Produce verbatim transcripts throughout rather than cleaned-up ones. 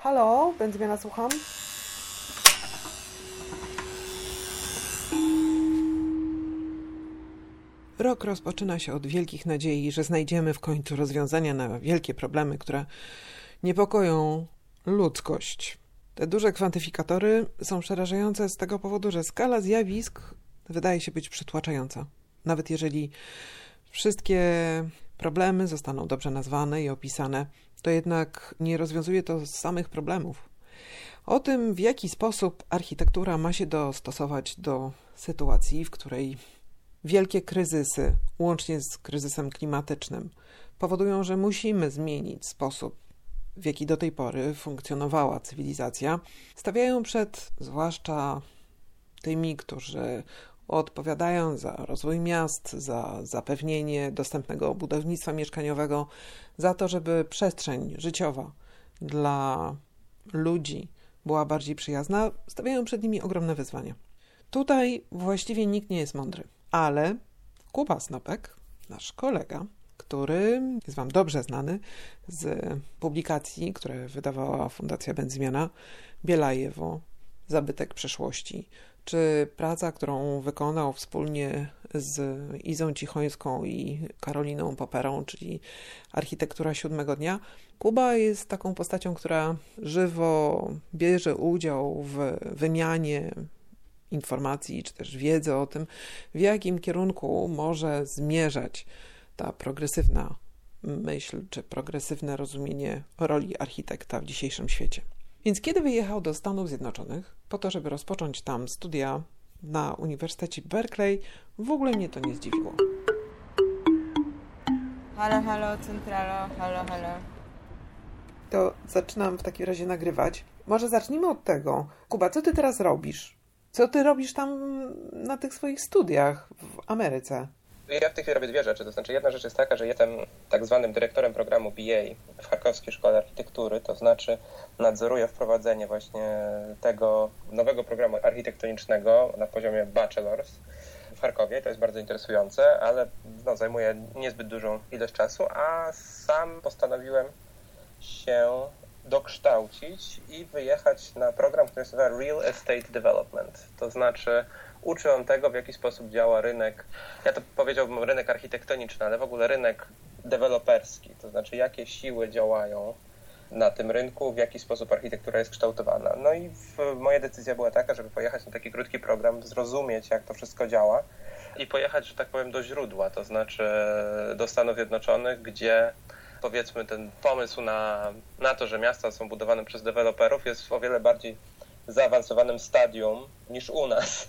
Halo, Będzmiana, słucham. Rok rozpoczyna się od wielkich nadziei, że znajdziemy w końcu rozwiązania na wielkie problemy, które niepokoją ludzkość. Te duże kwantyfikatory są przerażające z tego powodu, że skala zjawisk wydaje się być przytłaczająca. Nawet jeżeli wszystkie problemy zostaną dobrze nazwane i opisane, to jednak nie rozwiązuje to samych problemów. O tym, w jaki sposób architektura ma się dostosować do sytuacji, w której wielkie kryzysy, łącznie z kryzysem klimatycznym, powodują, że musimy zmienić sposób, w jaki do tej pory funkcjonowała cywilizacja, stawiają przed zwłaszcza tymi, którzy odpowiadają za rozwój miast, za zapewnienie dostępnego budownictwa mieszkaniowego, za to, żeby przestrzeń życiowa dla ludzi była bardziej przyjazna, stawiają przed nimi ogromne wyzwania. Tutaj właściwie nikt nie jest mądry, ale Kuba Snopek, nasz kolega, który jest Wam dobrze znany z publikacji, które wydawała Fundacja Będzmiana, Bielajewo, Zabytek przeszłości, czy praca, którą wykonał wspólnie z Izą Cichońską i Karoliną Poperą, czyli Architektura siódmego dnia. Kuba jest taką postacią, która żywo bierze udział w wymianie informacji, czy też wiedzy o tym, w jakim kierunku może zmierzać ta progresywna myśl, czy progresywne rozumienie roli architekta w dzisiejszym świecie. Więc kiedy wyjechał do Stanów Zjednoczonych, po to, żeby rozpocząć tam studia na Uniwersytecie Berkeley, w ogóle mnie to nie zdziwiło. Halo, halo, centralo, halo, halo. To zaczynam w takim razie nagrywać. Może zacznijmy od tego. Kuba, co ty teraz robisz? Co ty robisz tam na tych swoich studiach w Ameryce? Ja w tej chwili robię dwie rzeczy. To znaczy jedna rzecz jest taka, że jestem tak zwanym dyrektorem programu B A w Charkowskiej Szkole Architektury, to znaczy nadzoruję wprowadzenie właśnie tego nowego programu architektonicznego na poziomie bachelors w Charkowie. To jest bardzo interesujące, ale no, zajmuje niezbyt dużą ilość czasu, a sam postanowiłem się dokształcić i wyjechać na program, który się nazywa Real Estate Development. To znaczy uczy on tego, w jaki sposób działa rynek, ja to powiedziałbym rynek architektoniczny, ale w ogóle rynek deweloperski, to znaczy jakie siły działają na tym rynku, w jaki sposób architektura jest kształtowana. No i w, moja decyzja była taka, żeby pojechać na taki krótki program, zrozumieć, jak to wszystko działa i pojechać, że tak powiem, do źródła, to znaczy do Stanów Zjednoczonych, gdzie powiedzmy ten pomysł na, na to, że miasta są budowane przez deweloperów, jest w o wiele bardziej zaawansowanym stadium niż u nas.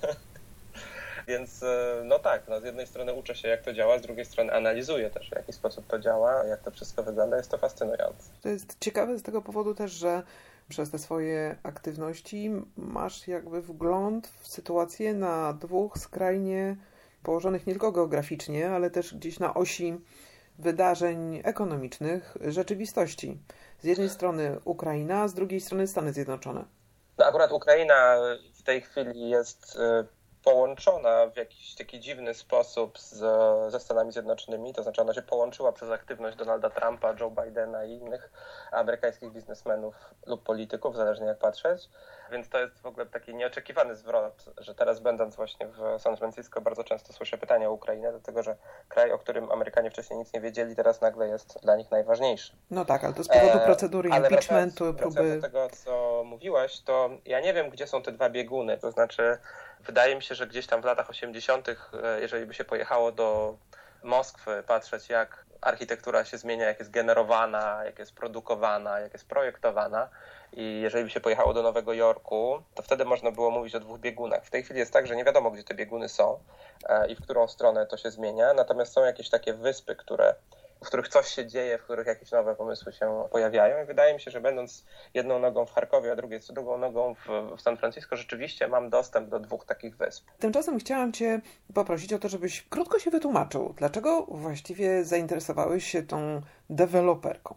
Więc no tak, no z jednej strony uczę się, jak to działa, z drugiej strony analizuję też, w jaki sposób to działa, jak to wszystko wygląda. Jest to fascynujące. To jest ciekawe z tego powodu też, że przez te swoje aktywności masz jakby wgląd w sytuację na dwóch skrajnie położonych nie tylko geograficznie, ale też gdzieś na osi wydarzeń ekonomicznych, rzeczywistości. Z jednej strony Ukraina, z drugiej strony Stany Zjednoczone. No akurat Ukraina w tej chwili jest połączona w jakiś taki dziwny sposób z, ze Stanami Zjednoczonymi, to znaczy ona się połączyła przez aktywność Donalda Trumpa, Joe Bidena i innych amerykańskich biznesmenów lub polityków, zależnie jak patrzeć, więc to jest w ogóle taki nieoczekiwany zwrot, że teraz będąc właśnie w San Francisco bardzo często słyszę pytania o Ukrainę, dlatego że kraj, o którym Amerykanie wcześniej nic nie wiedzieli, teraz nagle jest dla nich najważniejszy. No tak, ale to z powodu procedury e, impeachmentu, wracając, próby... wracając do tego, co mówiłaś, to ja nie wiem, gdzie są te dwa bieguny, to znaczy wydaje mi się, że gdzieś tam w latach osiemdziesiątych, jeżeli by się pojechało do Moskwy patrzeć, jak architektura się zmienia, jak jest generowana, jak jest produkowana, jak jest projektowana i jeżeli by się pojechało do Nowego Jorku, to wtedy można było mówić o dwóch biegunach. W tej chwili jest tak, że nie wiadomo, gdzie te bieguny są i w którą stronę to się zmienia, natomiast są jakieś takie wyspy, które w których coś się dzieje, w których jakieś nowe pomysły się pojawiają i wydaje mi się, że będąc jedną nogą w Charkowie, a drugiej, drugą nogą w, w San Francisco, rzeczywiście mam dostęp do dwóch takich wysp. Tymczasem chciałam Cię poprosić o to, żebyś krótko się wytłumaczył, dlaczego właściwie zainteresowałeś się tą deweloperką?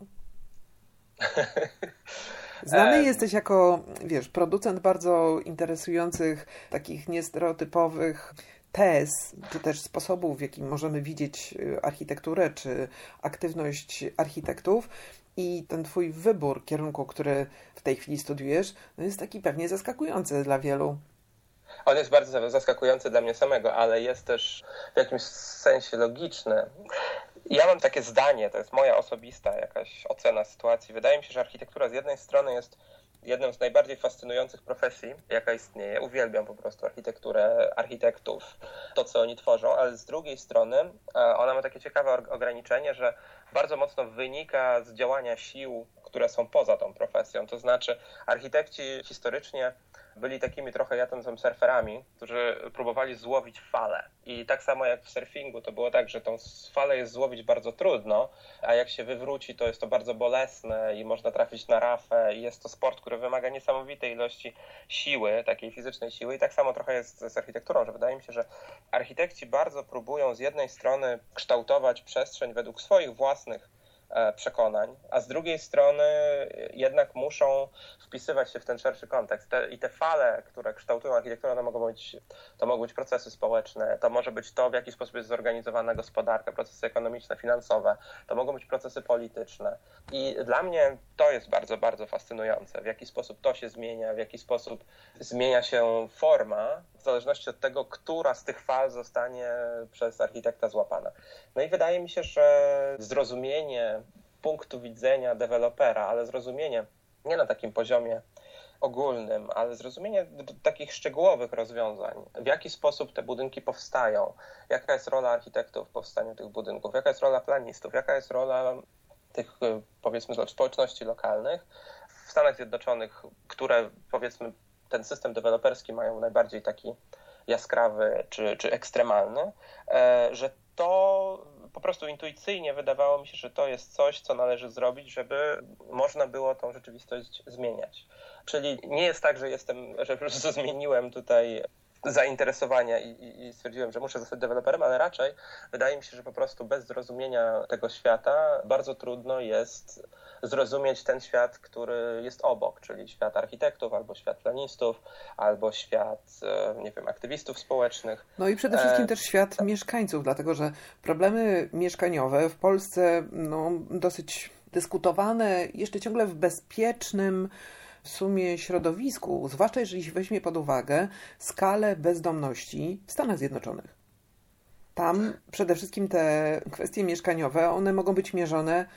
Znany jesteś jako, wiesz, producent bardzo interesujących, takich niestereotypowych tez, czy też sposobów, w jaki możemy widzieć architekturę, czy aktywność architektów. I ten twój wybór kierunku, który w tej chwili studiujesz, no jest taki pewnie zaskakujący dla wielu. On jest bardzo zaskakujący dla mnie samego, ale jest też w jakimś sensie logiczny. Ja mam takie zdanie, to jest moja osobista jakaś ocena sytuacji. Wydaje mi się, że architektura z jednej strony jest jedną z najbardziej fascynujących profesji, jaka istnieje. Uwielbiam po prostu architekturę, architektów, to co oni tworzą, ale z drugiej strony ona ma takie ciekawe ograniczenie, że bardzo mocno wynika z działania sił, które są poza tą profesją. To znaczy architekci historycznie byli takimi trochę jatącym surferami, którzy próbowali złowić falę. I tak samo jak w surfingu, to było tak, że tą falę jest złowić bardzo trudno, a jak się wywróci, to jest to bardzo bolesne i można trafić na rafę. I jest to sport, który wymaga niesamowitej ilości siły, takiej fizycznej siły. I tak samo trochę jest z architekturą, że wydaje mi się, że architekci bardzo próbują z jednej strony kształtować przestrzeń według swoich własnych przekonań, a z drugiej strony jednak muszą wpisywać się w ten szerszy kontekst. Te, I te fale, które kształtują architekturę, one mogą być, to mogą być procesy społeczne, to może być to, w jaki sposób jest zorganizowana gospodarka, procesy ekonomiczne, finansowe, to mogą być procesy polityczne. I dla mnie to jest bardzo, bardzo fascynujące, w jaki sposób to się zmienia, w jaki sposób zmienia się forma, w zależności od tego, która z tych fal zostanie przez architekta złapana. No i wydaje mi się, że zrozumienie punktu widzenia dewelopera, ale zrozumienie nie na takim poziomie ogólnym, ale zrozumienie takich szczegółowych rozwiązań, w jaki sposób te budynki powstają, jaka jest rola architektów w powstaniu tych budynków, jaka jest rola planistów, jaka jest rola tych, powiedzmy, społeczności lokalnych w Stanach Zjednoczonych, które, powiedzmy, ten system deweloperski mają najbardziej taki jaskrawy czy, czy ekstremalny, że to po prostu intuicyjnie wydawało mi się, że to jest coś, co należy zrobić, żeby można było tą rzeczywistość zmieniać. Czyli nie jest tak, że jestem, że po prostu zmieniłem tutaj zainteresowania i, i, i stwierdziłem, że muszę zostać deweloperem, ale raczej wydaje mi się, że po prostu bez zrozumienia tego świata bardzo trudno jest zrozumieć ten świat, który jest obok, czyli świat architektów, albo świat planistów, albo świat, nie wiem, aktywistów społecznych. No i przede wszystkim e... też świat mieszkańców, dlatego że problemy mieszkaniowe w Polsce no, dosyć dyskutowane, jeszcze ciągle w bezpiecznym w sumie środowisku, zwłaszcza jeżeli się weźmie pod uwagę skalę bezdomności w Stanach Zjednoczonych. Tam przede wszystkim te kwestie mieszkaniowe, one mogą być mierzone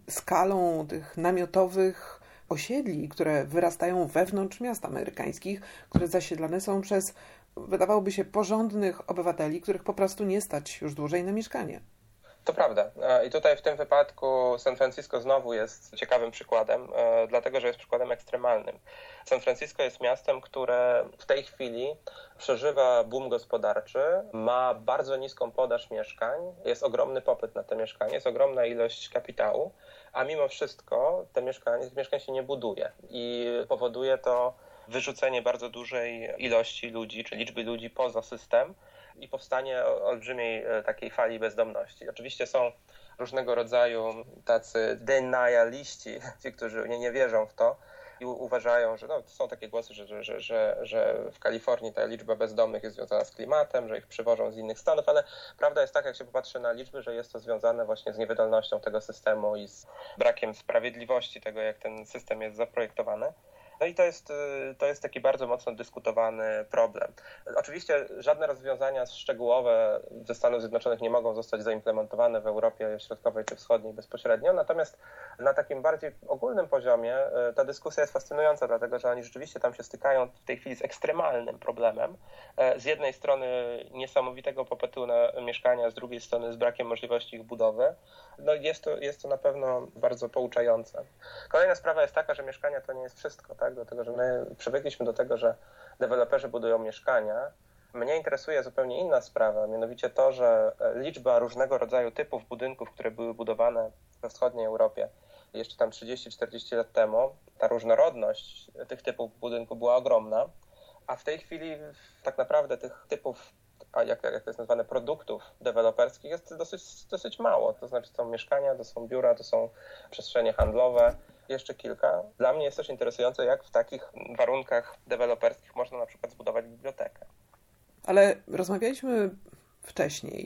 skalą tych namiotowych osiedli, które wyrastają wewnątrz miast amerykańskich, które zasiedlane są przez, wydawałoby się, porządnych obywateli, których po prostu nie stać już dłużej na mieszkanie. To prawda. I tutaj w tym wypadku San Francisco znowu jest ciekawym przykładem, dlatego że jest przykładem ekstremalnym. San Francisco jest miastem, które w tej chwili przeżywa boom gospodarczy, ma bardzo niską podaż mieszkań, jest ogromny popyt na te mieszkania, jest ogromna ilość kapitału, a mimo wszystko te mieszkania, tych mieszkań się nie buduje i powoduje to wyrzucenie bardzo dużej ilości ludzi, czy liczby ludzi poza system, i powstanie olbrzymiej takiej fali bezdomności. Oczywiście są różnego rodzaju tacy denialiści, ci, którzy nie, nie wierzą w to i uważają, że no, są takie głosy, że, że, że, że w Kalifornii ta liczba bezdomnych jest związana z klimatem, że ich przywożą z innych stanów, ale prawda jest taka, jak się popatrzy na liczby, że jest to związane właśnie z niewydolnością tego systemu i z brakiem sprawiedliwości tego, jak ten system jest zaprojektowany. No i to jest, to jest taki bardzo mocno dyskutowany problem. Oczywiście żadne rozwiązania szczegółowe ze Stanów Zjednoczonych nie mogą zostać zaimplementowane w Europie Środkowej czy Wschodniej bezpośrednio, natomiast na takim bardziej ogólnym poziomie ta dyskusja jest fascynująca, dlatego że oni rzeczywiście tam się stykają w tej chwili z ekstremalnym problemem. Z jednej strony niesamowitego popytu na mieszkania, z drugiej strony z brakiem możliwości ich budowy. No jest to, jest to na pewno bardzo pouczające. Kolejna sprawa jest taka, że mieszkania to nie jest wszystko, tak? Dlatego, że my przywykliśmy do tego, że deweloperzy budują mieszkania. Mnie interesuje zupełnie inna sprawa, mianowicie to, że liczba różnego rodzaju typów budynków, które były budowane we wschodniej Europie jeszcze tam trzydzieści czterdzieści lat temu, ta różnorodność tych typów budynków była ogromna, a w tej chwili tak naprawdę tych typów, a jak, jak to jest nazwane, produktów deweloperskich jest dosyć, dosyć mało. To znaczy są mieszkania, to są biura, to są przestrzenie handlowe, jeszcze kilka. Dla mnie jest też interesujące, jak w takich warunkach deweloperskich można na przykład zbudować bibliotekę. Ale rozmawialiśmy wcześniej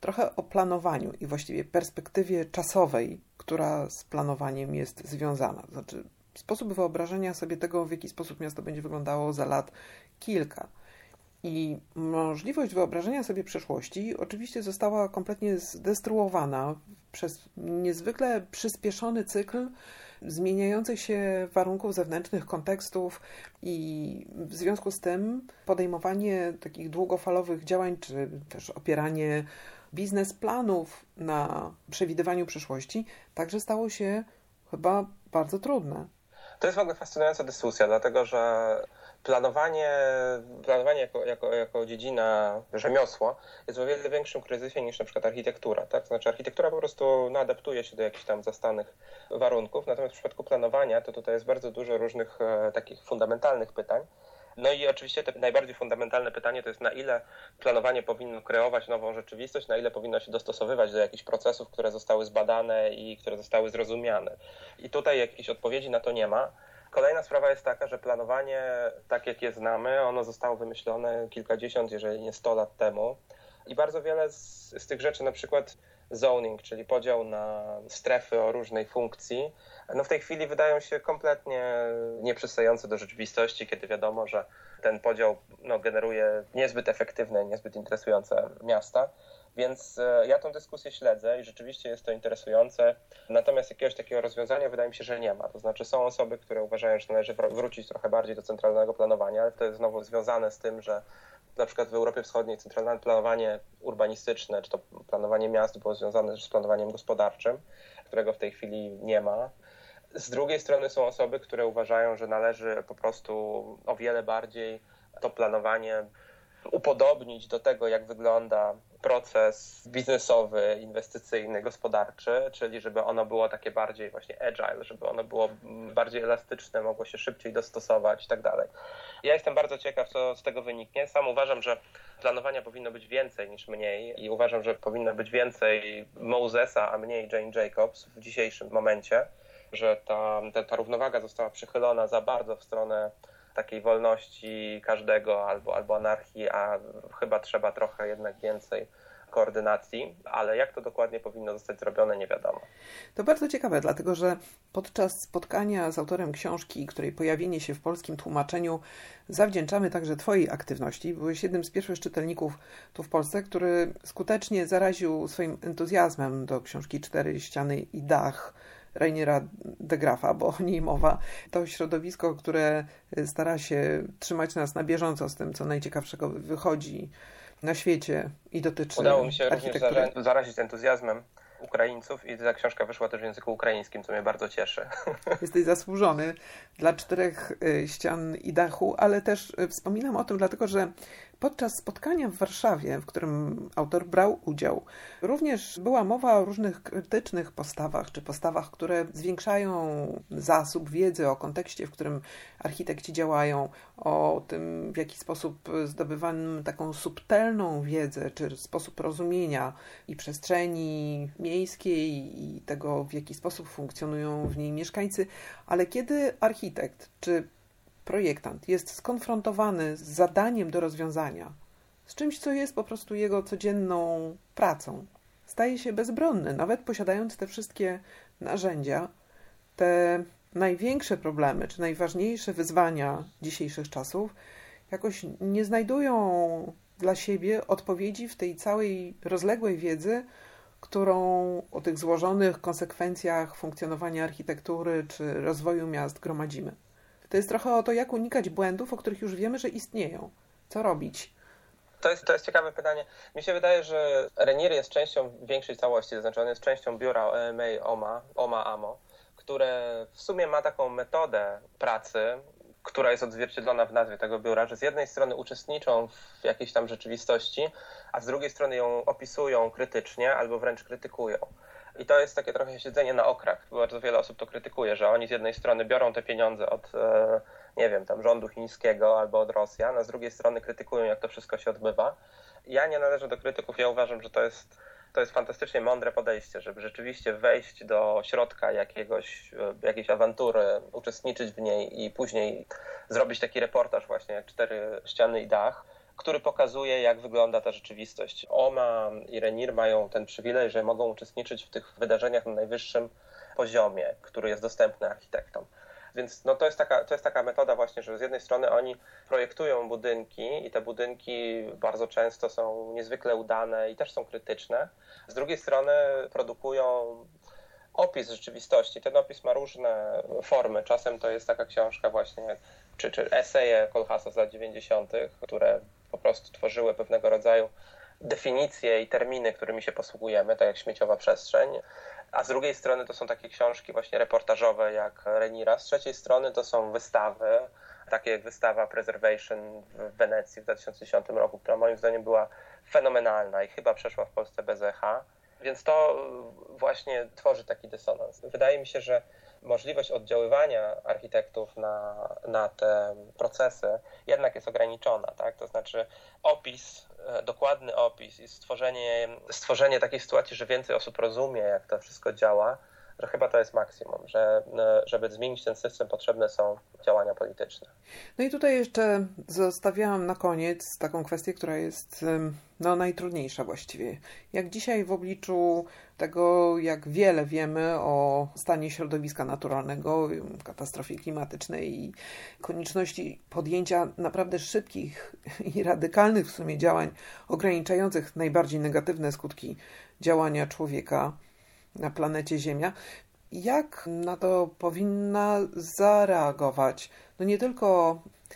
trochę o planowaniu i właściwie perspektywie czasowej, która z planowaniem jest związana. Znaczy sposób wyobrażenia sobie tego, w jaki sposób miasto będzie wyglądało za lat kilka. I możliwość wyobrażenia sobie przyszłości oczywiście została kompletnie zdestruowana przez niezwykle przyspieszony cykl zmieniających się warunków zewnętrznych, kontekstów i w związku z tym podejmowanie takich długofalowych działań, czy też opieranie biznesplanów na przewidywaniu przyszłości także stało się chyba bardzo trudne. To jest w ogóle fascynująca dyskusja, dlatego że planowanie, planowanie jako, jako, jako dziedzina, rzemiosło jest w o wiele większym kryzysie niż na przykład architektura. Tak? Znaczy architektura po prostu no, adaptuje się do jakichś tam zastanych warunków, natomiast w przypadku planowania to tutaj jest bardzo dużo różnych e, takich fundamentalnych pytań. No i oczywiście te najbardziej fundamentalne pytanie to jest, na ile planowanie powinno kreować nową rzeczywistość, na ile powinno się dostosowywać do jakichś procesów, które zostały zbadane i które zostały zrozumiane. I tutaj jakiejś odpowiedzi na to nie ma. Kolejna sprawa jest taka, że planowanie, tak jak je znamy, ono zostało wymyślone kilkadziesiąt, jeżeli nie sto lat temu i bardzo wiele z, z tych rzeczy, na przykład zoning, czyli podział na strefy o różnej funkcji, no w tej chwili wydają się kompletnie nieprzystające do rzeczywistości, kiedy wiadomo, że ten podział no, generuje niezbyt efektywne, niezbyt interesujące miasta. Więc ja tą dyskusję śledzę i rzeczywiście jest to interesujące, natomiast jakiegoś takiego rozwiązania wydaje mi się, że nie ma. To znaczy są osoby, które uważają, że należy wrócić trochę bardziej do centralnego planowania, ale to jest znowu związane z tym, że na przykład w Europie Wschodniej centralne planowanie urbanistyczne, czy to planowanie miast było związane też z planowaniem gospodarczym, którego w tej chwili nie ma. Z drugiej strony są osoby, które uważają, że należy po prostu o wiele bardziej to planowanie upodobnić do tego, jak wygląda proces biznesowy, inwestycyjny, gospodarczy, czyli żeby ono było takie bardziej właśnie agile, żeby ono było bardziej elastyczne, mogło się szybciej dostosować i tak dalej. Ja jestem bardzo ciekaw, co z tego wyniknie. Sam uważam, że planowania powinno być więcej niż mniej i uważam, że powinno być więcej Mosesa, a mniej Jane Jacobs w dzisiejszym momencie, że ta, ta, ta równowaga została przychylona za bardzo w stronę takiej wolności każdego albo, albo anarchii, a chyba trzeba trochę jednak więcej koordynacji, ale jak to dokładnie powinno zostać zrobione, nie wiadomo. To bardzo ciekawe, dlatego że podczas spotkania z autorem książki, której pojawienie się w polskim tłumaczeniu zawdzięczamy także Twojej aktywności, byłeś jednym z pierwszych czytelników tu w Polsce, który skutecznie zaraził swoim entuzjazmem do książki Cztery ściany i dach Reiniera de Graffa, bo o niej mowa. To środowisko, które stara się trzymać nas na bieżąco z tym, co najciekawszego wychodzi na świecie i dotyczy Udało mi się architektury. również zarazić entuzjazmem Ukraińców i ta książka wyszła też w języku ukraińskim, co mnie bardzo cieszy. Jesteś zasłużony dla Czterech ścian i dachu, ale też wspominam o tym dlatego, że podczas spotkania w Warszawie, w którym autor brał udział, również była mowa o różnych krytycznych postawach, czy postawach, które zwiększają zasób wiedzy o kontekście, w którym architekci działają, o tym, w jaki sposób zdobywamy taką subtelną wiedzę, czy sposób rozumienia i przestrzeni miejskiej, i tego, w jaki sposób funkcjonują w niej mieszkańcy, ale kiedy architekt, czy projektant jest skonfrontowany z zadaniem do rozwiązania, z czymś, co jest po prostu jego codzienną pracą, staje się bezbronny, nawet posiadając te wszystkie narzędzia, te największe problemy, czy najważniejsze wyzwania dzisiejszych czasów jakoś nie znajdują dla siebie odpowiedzi w tej całej rozległej wiedzy, którą o tych złożonych konsekwencjach funkcjonowania architektury czy rozwoju miast gromadzimy. To jest trochę o to, jak unikać błędów, o których już wiemy, że istnieją. Co robić? To jest, to jest ciekawe pytanie. Mi się wydaje, że Reinier jest częścią większej całości, to znaczy on jest częścią biura O M A O M A, O M A A M O, które w sumie ma taką metodę pracy, która jest odzwierciedlona w nazwie tego biura, że z jednej strony uczestniczą w jakiejś tam rzeczywistości, a z drugiej strony ją opisują krytycznie albo wręcz krytykują. I to jest takie trochę siedzenie na okrach. Bardzo wiele osób to krytykuje, że oni z jednej strony biorą te pieniądze od, nie wiem, tam rządu chińskiego albo od Rosjan, a z drugiej strony krytykują, jak to wszystko się odbywa. Ja nie należę do krytyków, ja uważam, że to jest, to jest fantastycznie mądre podejście, żeby rzeczywiście wejść do środka jakiegoś, jakiejś awantury, uczestniczyć w niej i później zrobić taki reportaż właśnie jak Cztery ściany i dach, który pokazuje, jak wygląda ta rzeczywistość. O M A i Renier mają ten przywilej, że mogą uczestniczyć w tych wydarzeniach na najwyższym poziomie, który jest dostępny architektom. Więc no to jest taka, to jest taka metoda właśnie, że z jednej strony oni projektują budynki i te budynki bardzo często są niezwykle udane i też są krytyczne. Z drugiej strony produkują opis rzeczywistości. Ten opis ma różne formy. Czasem to jest taka książka właśnie, czy, czy eseje Kohlhasa z lat dziewięćdziesiątych, które po prostu tworzyły pewnego rodzaju definicje i terminy, którymi się posługujemy, tak jak śmieciowa przestrzeń. A z drugiej strony to są takie książki właśnie reportażowe jak Reniera. Z trzeciej strony to są wystawy, takie jak wystawa Preservation w Wenecji w dwa tysiące dziesiątym roku, która moim zdaniem była fenomenalna i chyba przeszła w Polsce bez echa. Więc to właśnie tworzy taki dysonans. Wydaje mi się, że możliwość oddziaływania architektów na, na te procesy jednak jest ograniczona, tak? To znaczy opis, dokładny opis i stworzenie, stworzenie takiej sytuacji, że więcej osób rozumie, jak to wszystko działa, że chyba to jest maksimum, że żeby zmienić ten system, potrzebne są działania polityczne. No i tutaj jeszcze zostawiałam na koniec taką kwestię, która jest no, najtrudniejsza właściwie. Jak dzisiaj w obliczu tego, jak wiele wiemy o stanie środowiska naturalnego, katastrofie klimatycznej i konieczności podjęcia naprawdę szybkich i radykalnych w sumie działań ograniczających najbardziej negatywne skutki działania człowieka na planecie Ziemia, jak na to powinna zareagować no nie tylko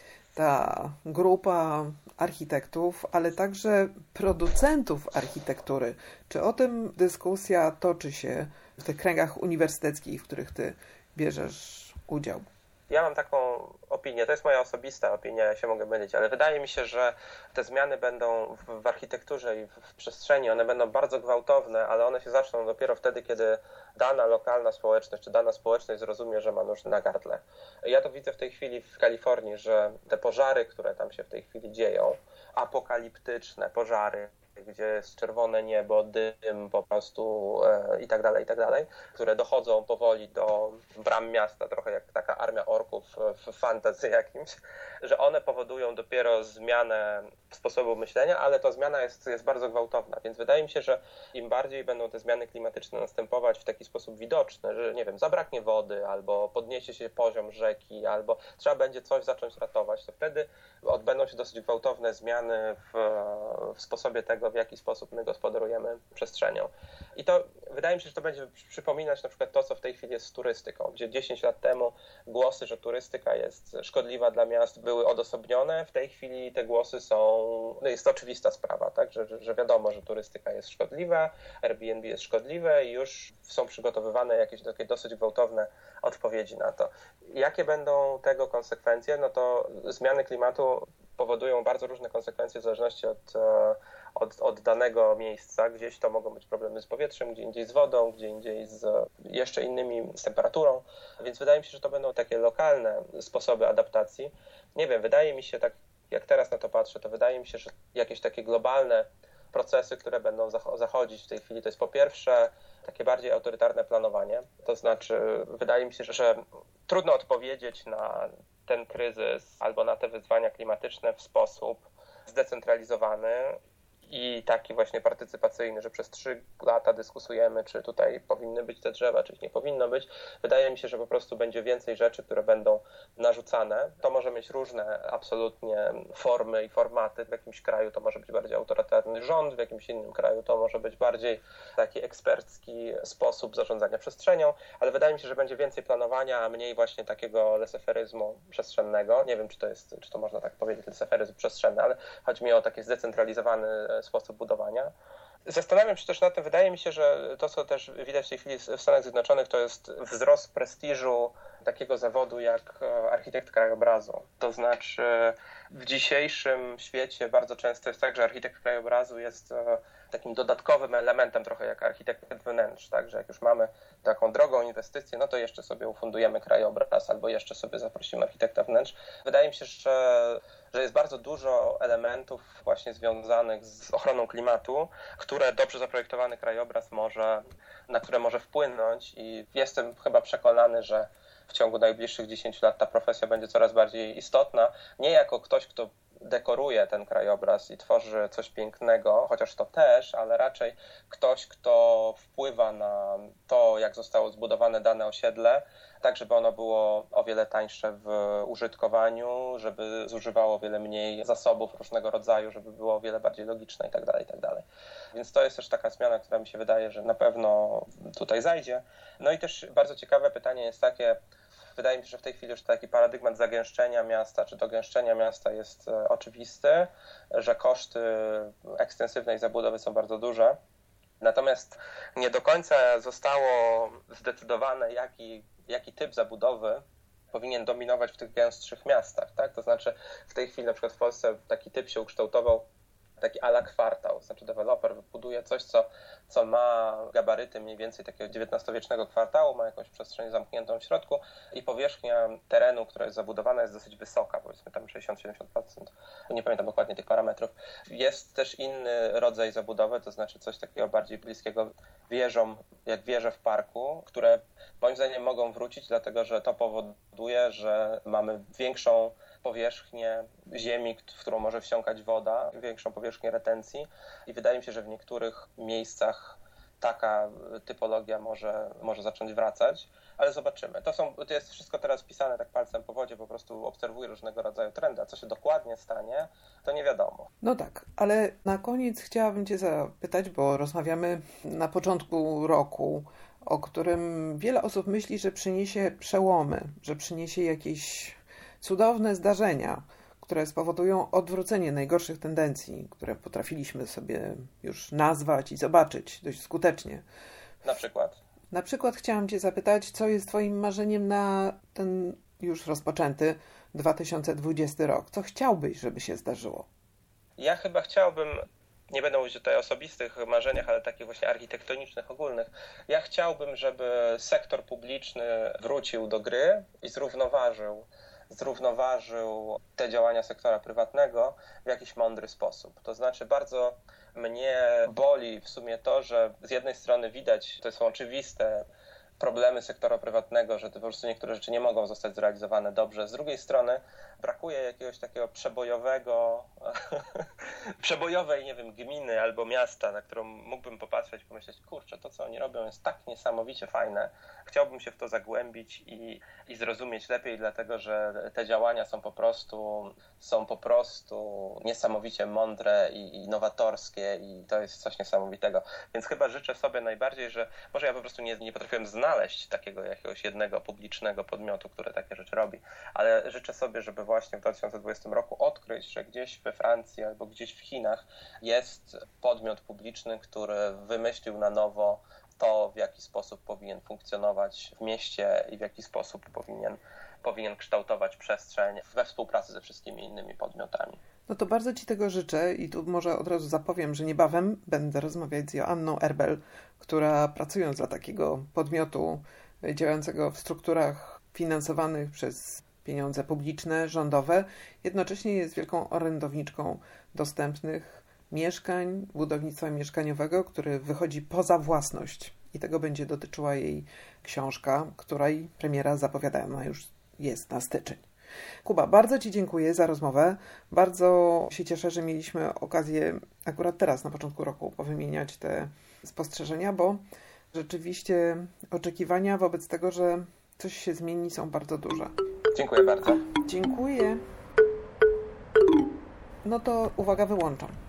ta grupa architektów, ale także producentów architektury. Czy o tym dyskusja toczy się w tych kręgach uniwersyteckich, w których ty bierzesz udział? Ja mam taką opinię, to jest moja osobista opinia, ja się mogę mylić, ale wydaje mi się, że te zmiany będą w, w architekturze i w, w przestrzeni, one będą bardzo gwałtowne, ale one się zaczną dopiero wtedy, kiedy dana lokalna społeczność czy dana społeczność zrozumie, że ma nóż na gardle. Ja to widzę w tej chwili w Kalifornii, że te pożary, które tam się w tej chwili dzieją, apokaliptyczne pożary, gdzie jest czerwone niebo, dym po prostu e, i tak dalej, i tak dalej, które dochodzą powoli do bram miasta, trochę jak taka armia orków w fantasy jakimś, że one powodują dopiero zmianę sposobu myślenia, ale ta zmiana jest, jest bardzo gwałtowna, więc wydaje mi się, że im bardziej będą te zmiany klimatyczne następować w taki sposób widoczny, że nie wiem, zabraknie wody, albo podniesie się poziom rzeki, albo trzeba będzie coś zacząć ratować, to wtedy odbędą się dosyć gwałtowne zmiany w, w sposobie tego, w jaki sposób my gospodarujemy przestrzenią. I to wydaje mi się, że to będzie przypominać na przykład to, co w tej chwili jest z turystyką, gdzie dziesięć lat temu głosy, że turystyka jest szkodliwa dla miast, były odosobnione. W tej chwili te głosy są, no jest to oczywista sprawa, tak? że, że, że wiadomo, że turystyka jest szkodliwa, Airbnb jest szkodliwe i już są przygotowywane jakieś takie dosyć gwałtowne odpowiedzi na to. Jakie będą tego konsekwencje? No to zmiany klimatu powodują bardzo różne konsekwencje w zależności od, od, od danego miejsca. Gdzieś to mogą być problemy z powietrzem, gdzie indziej z wodą, gdzie indziej z jeszcze innymi, z temperaturą. Więc wydaje mi się, że to będą takie lokalne sposoby adaptacji. Nie wiem, wydaje mi się, tak jak teraz na to patrzę, to wydaje mi się, że jakieś takie globalne procesy, które będą zachodzić w tej chwili, to jest po pierwsze takie bardziej autorytarne planowanie. To znaczy, wydaje mi się, że, że trudno odpowiedzieć na ten kryzys albo na te wyzwania klimatyczne w sposób zdecentralizowany i taki właśnie partycypacyjny, że przez trzy lata dyskusujemy, czy tutaj powinny być te drzewa, czy ich nie powinno być. Wydaje mi się, że po prostu będzie więcej rzeczy, które będą narzucane. To może mieć różne absolutnie formy i formaty. W jakimś kraju to może być bardziej autorytarny rząd, w jakimś innym kraju to może być bardziej taki ekspercki sposób zarządzania przestrzenią, ale wydaje mi się, że będzie więcej planowania, a mniej właśnie takiego leseferyzmu przestrzennego. Nie wiem, czy to jest, czy to można tak powiedzieć, leseferyzm przestrzenny, ale chodzi mi o taki zdecentralizowany sposób budowania. Zastanawiam się też nad tym, wydaje mi się, że to, co też widać w tej chwili w Stanach Zjednoczonych, to jest wzrost prestiżu takiego zawodu jak architekt krajobrazu. To znaczy w dzisiejszym świecie bardzo często jest tak, że architekt krajobrazu jest takim dodatkowym elementem, trochę jak architekt wnętrz, tak, że jak już mamy taką drogą inwestycję, no to jeszcze sobie ufundujemy krajobraz albo jeszcze sobie zaprosimy architekta wnętrz. Wydaje mi się, że, że jest bardzo dużo elementów właśnie związanych z ochroną klimatu, które dobrze zaprojektowany krajobraz może, na które może wpłynąć i jestem chyba przekonany, że w ciągu najbliższych dziesięciu lat ta profesja będzie coraz bardziej istotna. Nie jako ktoś, kto dekoruje ten krajobraz i tworzy coś pięknego, chociaż to też, ale raczej ktoś, kto wpływa na to, jak zostało zbudowane dane osiedle, tak żeby ono było o wiele tańsze w użytkowaniu, żeby zużywało o wiele mniej zasobów różnego rodzaju, żeby było o wiele bardziej logiczne itd., itd. Więc to jest też taka zmiana, która mi się wydaje, że na pewno tutaj zajdzie. No i też bardzo ciekawe pytanie jest takie, wydaje mi się, że w tej chwili już taki paradygmat zagęszczenia miasta czy dogęszczenia miasta jest oczywisty, że koszty ekstensywnej zabudowy są bardzo duże. Natomiast nie do końca zostało zdecydowane, jaki, jaki typ zabudowy powinien dominować w tych gęstszych miastach. Tak? To znaczy w tej chwili na przykład w Polsce taki typ się ukształtował, taki a la kwartał, znaczy deweloper buduje coś, co, co ma gabaryty mniej więcej takiego dziewiętnastowiecznego kwartału, ma jakąś przestrzeń zamkniętą w środku i powierzchnia terenu, która jest zabudowana, jest dosyć wysoka, powiedzmy tam sześćdziesiąt do siedemdziesięciu procent, nie pamiętam dokładnie tych parametrów. Jest też inny rodzaj zabudowy, to znaczy coś takiego bardziej bliskiego wieżom, jak wieże w parku, które moim zdaniem mogą wrócić, dlatego że to powoduje, że mamy większą powierzchnię ziemi, w którą może wsiąkać woda, większą powierzchnię retencji i wydaje mi się, że w niektórych miejscach taka typologia może, może zacząć wracać, ale zobaczymy. To, są, to jest wszystko teraz pisane tak palcem po wodzie, po prostu obserwuję różnego rodzaju trendy, a co się dokładnie stanie, to nie wiadomo. No tak, ale na koniec chciałabym Cię zapytać, bo rozmawiamy na początku roku, o którym wiele osób myśli, że przyniesie przełomy, że przyniesie jakieś cudowne zdarzenia, które spowodują odwrócenie najgorszych tendencji, które potrafiliśmy sobie już nazwać i zobaczyć dość skutecznie. Na przykład? Na przykład chciałam Cię zapytać, co jest Twoim marzeniem na ten już rozpoczęty dwa tysiące dwudziesty rok? Co chciałbyś, żeby się zdarzyło? Ja chyba chciałbym, nie będę mówić tutaj o osobistych marzeniach, ale takich właśnie architektonicznych, ogólnych. Ja chciałbym, żeby sektor publiczny wrócił do gry i zrównoważył zrównoważył te działania sektora prywatnego w jakiś mądry sposób. To znaczy bardzo mnie boli w sumie to, że z jednej strony widać, to są oczywiste problemy sektora prywatnego, że to po prostu niektóre rzeczy nie mogą zostać zrealizowane dobrze. Z drugiej strony brakuje jakiegoś takiego przebojowego, przebojowej, nie wiem, gminy albo miasta, na którą mógłbym popatrzeć i pomyśleć, kurczę, to co oni robią jest tak niesamowicie fajne. Chciałbym się w to zagłębić i, i zrozumieć lepiej, dlatego że te działania są po prostu, są po prostu niesamowicie mądre i, i nowatorskie i to jest coś niesamowitego. Więc chyba życzę sobie najbardziej, że może ja po prostu nie, nie potrafiłem znaleźć takiego jakiegoś jednego publicznego podmiotu, który takie rzeczy robi, ale życzę sobie, żeby właśnie w dwa tysiące dwudziestym roku odkryć, że gdzieś we Francji albo gdzieś w Chinach jest podmiot publiczny, który wymyślił na nowo to, w jaki sposób powinien funkcjonować w mieście i w jaki sposób powinien, powinien kształtować przestrzeń we współpracy ze wszystkimi innymi podmiotami. No to bardzo Ci tego życzę i tu może od razu zapowiem, że niebawem będę rozmawiać z Joanną Erbel, która pracując dla takiego podmiotu działającego w strukturach finansowanych przez pieniądze publiczne, rządowe, jednocześnie jest wielką orędowniczką dostępnych mieszkań, budownictwa mieszkaniowego, który wychodzi poza własność. I tego będzie dotyczyła jej książka, której premiera zapowiadana już jest na styczeń. Kuba, bardzo Ci dziękuję za rozmowę. Bardzo się cieszę, że mieliśmy okazję akurat teraz, na początku roku, powymieniać te spostrzeżenia, bo rzeczywiście oczekiwania wobec tego, że coś się zmieni, są bardzo duże. Dziękuję bardzo. Dziękuję. No to uwaga, wyłączam.